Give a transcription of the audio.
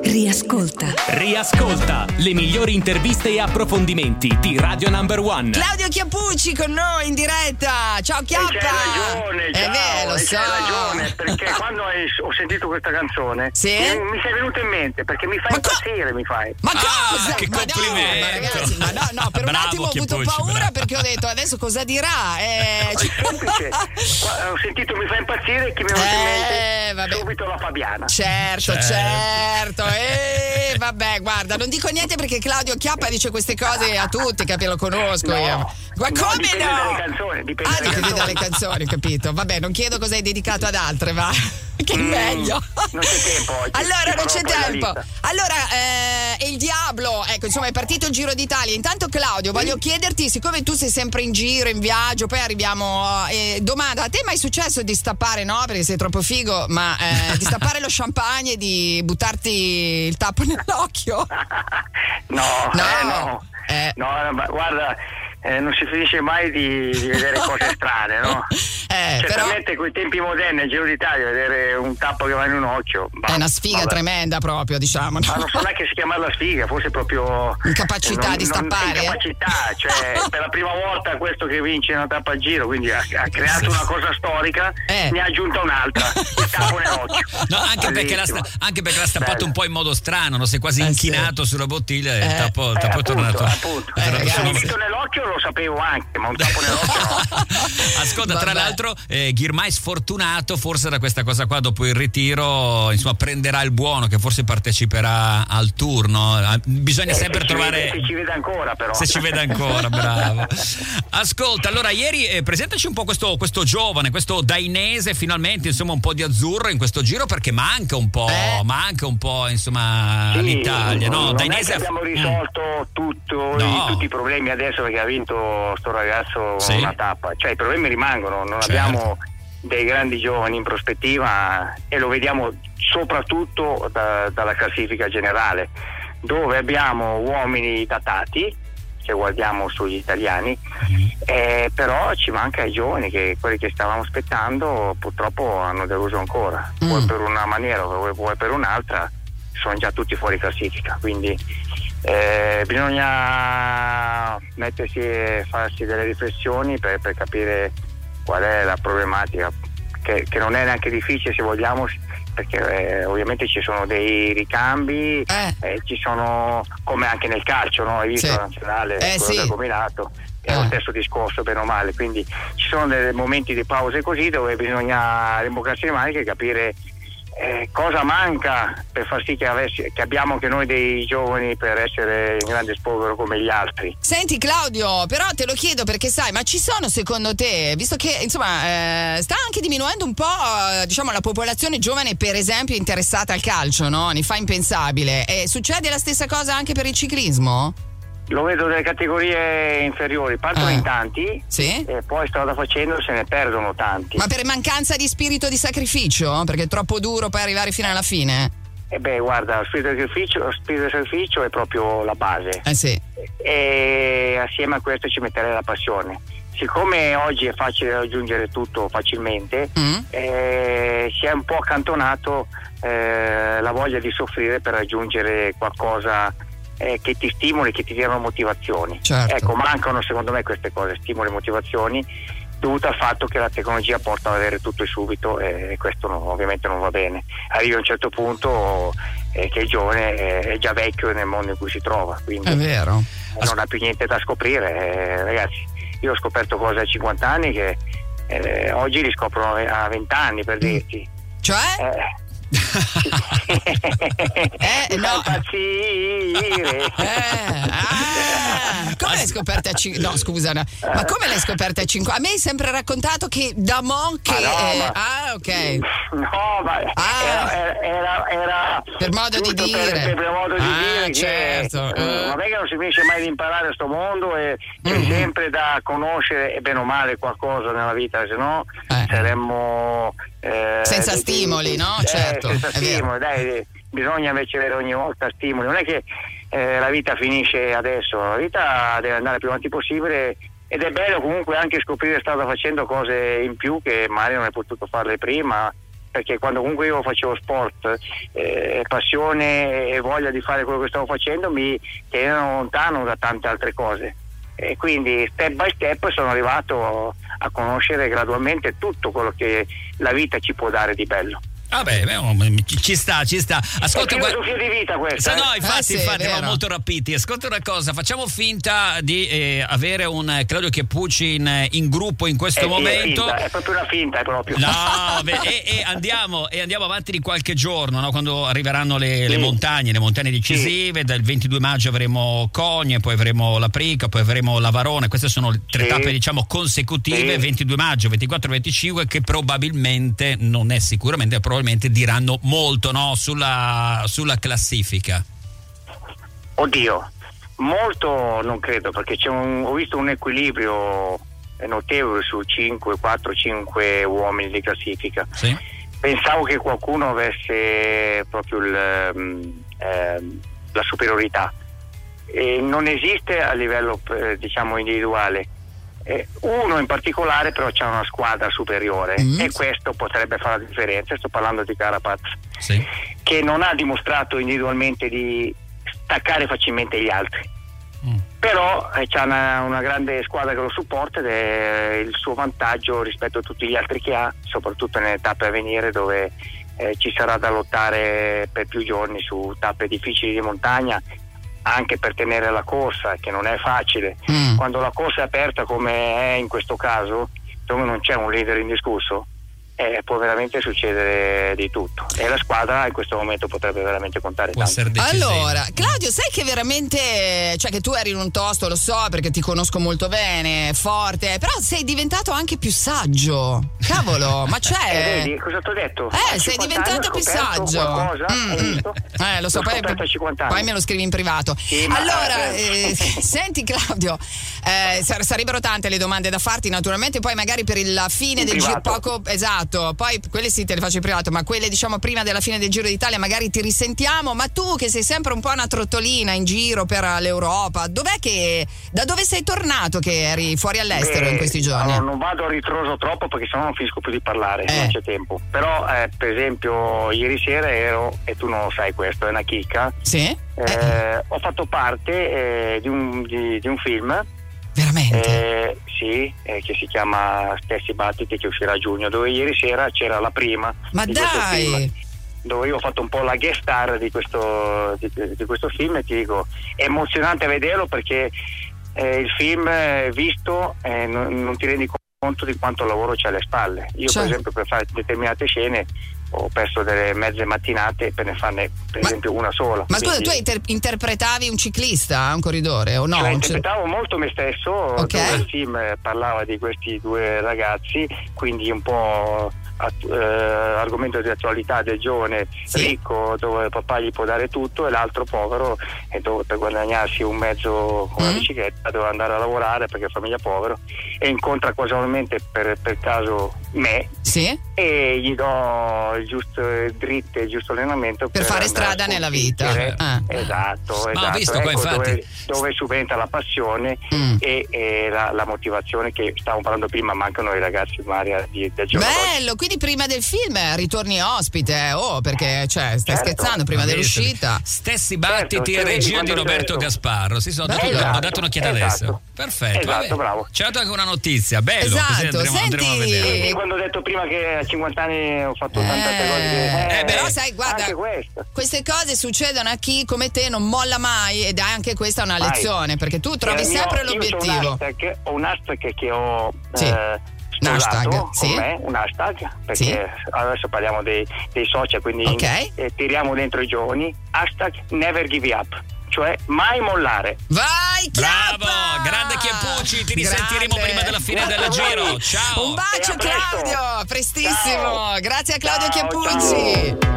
Riascolta le migliori interviste e approfondimenti di Radio Number One. Claudio Chiappucci con noi in diretta. Ciao Chiappa. C'hai ragione, ciao. Lo so. C'hai ragione, perché quando ho sentito questa canzone sì? mi sei venuto in mente, perché mi fai impazzire, mi fai. Ma cosa? Che complimento. Ma ragazzi, no, per un attimo ho avuto paura perché ho detto adesso cosa dirà? È semplice. Ho sentito mi fai impazzire, che mi è venuto in mente subito la Fabiana. Certo. Vabbè, guarda, non dico niente perché Claudio Chiappa dice queste cose a tutti, che lo conosco io. Ma come dipende dalle canzoni, dipende dalle canzoni, ho capito. Vabbè, non chiedo cosa hai dedicato ad altre, va. Che è meglio. Non c'è tempo oggi. Allora, non c'è tempo. Allora, il Diablo, ecco, insomma, è partito il Giro d'Italia. Intanto, Claudio, voglio chiederti, siccome tu sei sempre in giro, in viaggio, poi arriviamo. Domanda, a te mai è successo di stappare, no? Perché sei troppo figo, ma di stappare lo champagne e di buttarti il tappo nell'occhio? No, ma guarda. Non si finisce mai di vedere cose strane, no? Certamente con i tempi moderni al Giro d'Italia vedere un tappo che va in un occhio è una sfiga tremenda proprio, diciamo, no? Ma non so neanche se chiamarla sfiga, forse proprio incapacità di stappare. Incapacità, cioè per la prima volta questo che vince una tappa al Giro, quindi ha creato una cosa storica, ne ha aggiunta un'altra, il tappo nell'occhio. No, anche perché l'ha stappato un po' in modo strano, no? Si è quasi inchinato sulla bottiglia e il tappo è tornato. Appunto. Nell'occhio lo sapevo anche, ma un tappo nell'occhio no. Ascolta, tra l'altro Ghirmay sfortunato forse da questa cosa qua, dopo il ritiro, insomma, prenderà il buono, che forse parteciperà al Tour, no? Bisogna sempre trovare se ci vede ancora, però. Se ci vede ancora, bravo. Ascolta, allora ieri presentaci un po' questo giovane, questo dainese, finalmente, insomma, un po' di azzurro in questo giro, perché manca un po', insomma, sì, l'Italia, no? Non Dainese è che abbiamo risolto tutti i problemi adesso perché ha vinto sto ragazzo una tappa, cioè i problemi rimangono, non abbiamo dei grandi giovani in prospettiva e lo vediamo soprattutto dalla classifica generale, dove abbiamo uomini datati, se guardiamo sugli italiani, però ci manca i giovani, che quelli che stavamo aspettando purtroppo hanno deluso ancora, vuoi per una maniera vuoi per un'altra, sono già tutti fuori classifica, quindi bisogna mettersi e farsi delle riflessioni per capire qual è la problematica, che non è neanche difficile se vogliamo, perché ovviamente ci sono dei ricambi, ci sono, come anche nel calcio, no? Hai visto la nazionale, quello del combinato, è lo stesso discorso bene o male, quindi ci sono dei momenti di pause così dove bisogna rimboccarsi le maniche e capire cosa manca per far sì che abbiamo anche noi dei giovani per essere in grande spolvero come gli altri. Senti Claudio, però te lo chiedo perché sai, ma ci sono secondo te, visto che insomma sta anche diminuendo un po' diciamo la popolazione giovane, per esempio, interessata al calcio, no? Ne fa impensabile, succede la stessa cosa anche per il ciclismo? Lo vedo nelle categorie inferiori, partono in tanti e poi strada facendo se ne perdono tanti. Ma per mancanza di spirito di sacrificio? Perché è troppo duro poi arrivare fino alla fine? Guarda, lo spirito di sacrificio è proprio la base. E assieme a questo ci metterei la passione. Siccome oggi è facile raggiungere tutto facilmente, si è un po' accantonato la voglia di soffrire per raggiungere qualcosa che ti stimoli, che ti diano motivazioni. Ecco, mancano secondo me queste cose, stimoli e motivazioni, dovuto al fatto che la tecnologia porta ad avere tutto e subito, e questo ovviamente non va bene. Arrivi a un certo punto che il giovane è già vecchio nel mondo in cui si trova, quindi è vero, non ha più niente da scoprire. Ragazzi, io ho scoperto cose a 50 anni che oggi riscopro a 20 anni, per dirti. No. Impazzire. Come l'hai scoperta a 5? No, scusa, no. Ma come l'hai scoperta a 5? A me hai sempre raccontato che da Mon che ok. No, ma era per modo di dire. Per modo di dire, certo. Vabbè, che non si finisce mai di imparare a sto mondo e c'è sempre da conoscere, e bene o male qualcosa nella vita, se no saremmo senza stimoli, no? Certo. Senza stimoli, dai, bisogna invece avere ogni volta stimoli. Non è che la vita finisce adesso, la vita deve andare più avanti possibile, ed è bello comunque anche scoprire strada facendo cose in più che magari non hai potuto farle prima, perché quando comunque io facevo sport, passione e voglia di fare quello che stavo facendo mi tenevano lontano da tante altre cose, e quindi step by step sono arrivato a conoscere gradualmente tutto quello che la vita ci può dare di bello. Vabbè, ci sta. Ascolta, è filosofia di vita questa. No, infatti eravamo molto rapiti. Ascolta una cosa, facciamo finta di avere un Claudio Chiappucci in gruppo in questo momento. È proprio una finta, è proprio. No, e andiamo avanti di qualche giorno, no? Quando arriveranno le montagne decisive. Dal 22 maggio avremo Cogne, poi avremo la Prica, poi avremo la Varona. Queste sono le 3 tappe, diciamo, consecutive. 22 maggio, 24, 25, che probabilmente non è sicuramente, probabilmente diranno molto, no, sulla classifica. Oddio, molto non credo, perché ho visto un equilibrio notevole su 4-5 uomini di classifica. Sì. Pensavo che qualcuno avesse proprio la superiorità, e non esiste a livello diciamo individuale. Uno in particolare però c'ha una squadra superiore, e questo potrebbe fare la differenza. Sto parlando di Carapaz, che non ha dimostrato individualmente di staccare facilmente gli altri, però c'ha una grande squadra che lo supporta, ed è il suo vantaggio rispetto a tutti gli altri che ha, soprattutto nelle tappe a venire, dove ci sarà da lottare per più giorni su tappe difficili di montagna, anche per tenere la corsa, che non è facile. Quando la corsa è aperta come è in questo caso, dove non c'è un leader indiscusso, può veramente succedere di tutto, e la squadra in questo momento potrebbe veramente contare tanto. Allora, Claudio, sai che veramente, cioè, che tu eri in un tosto, lo so perché ti conosco molto bene, forte, però sei diventato anche più saggio. Cavolo, ma c'è? Vedi, cosa ti ho detto? Sei diventato più saggio. Lo so, poi me lo scrivi in privato. Sì, allora, senti Claudio, sarebbero tante le domande da farti, naturalmente, poi magari per la fine del giro, poco, esatto, poi quelle sì te le faccio in privato, ma quelle diciamo prima della fine del Giro d'Italia magari ti risentiamo. Ma tu che sei sempre un po' una trottolina in giro per l'Europa, da dove sei tornato, che eri fuori all'estero in questi giorni? No, non vado a ritroso troppo, perché sennò non finisco più di parlare, non c'è tempo. Però per esempio ieri sera ero, e tu non lo sai, questo è una chicca, ho fatto parte di un film. Veramente? Sì, che si chiama Stessi Battiti, che uscirà a giugno, dove ieri sera c'era la prima. Ma di dai! Film, dove io ho fatto un po' la guest star di questo film, e ti dico, è emozionante vederlo, perché il film visto non ti rendi conto di quanto lavoro c'è alle spalle. Io per esempio, per fare determinate scene ho perso delle mezze mattinate per ne farne per esempio una sola. Ma scusa, tu interpretavi un ciclista, un corridore, o no? Interpretavo molto me stesso. Il film parlava di questi 2 ragazzi, quindi un po' argomento di attualità del giovane ricco, dove papà gli può dare tutto, e l'altro povero, e dove per guadagnarsi un mezzo con una bicicletta deve andare a lavorare perché è famiglia povero, e incontra casualmente per caso me, e gli do il giusto dritte, il giusto allenamento per fare strada nella vita. Esatto. Ma ho visto, ecco, infatti, dove subentra la passione e la motivazione, che stavamo parlando prima, mancano i ragazzi Maria del giorno. Bello, quindi prima del film ritorni ospite, perché stai scherzando, prima dell'uscita. Stessi Battiti e regia di Roberto Gasparro. Sì, ho dato un'occhiata adesso. Perfetto, bravo. C'è dato anche una notizia, bello. Esatto, andremo a vedere. Quando ho detto prima che a 50 anni ho fatto tante altre cose, però sai, guarda, queste cose succedono a chi come te non molla mai, ed è anche questa una lezione, perché tu trovi sempre l'obiettivo. Ho un hashtag che ho sposato con me, un hashtag, perché adesso parliamo dei social, quindi tiriamo dentro i giovani. Hashtag never give up, cioè mai mollare. Vai, Chiappa! Bravo, grande Chiappucci, ti risentiremo prima della fine del Giro. Ciao. Un bacio Claudio, prestissimo. Ciao. Grazie a Claudio Chiappucci. Ciao.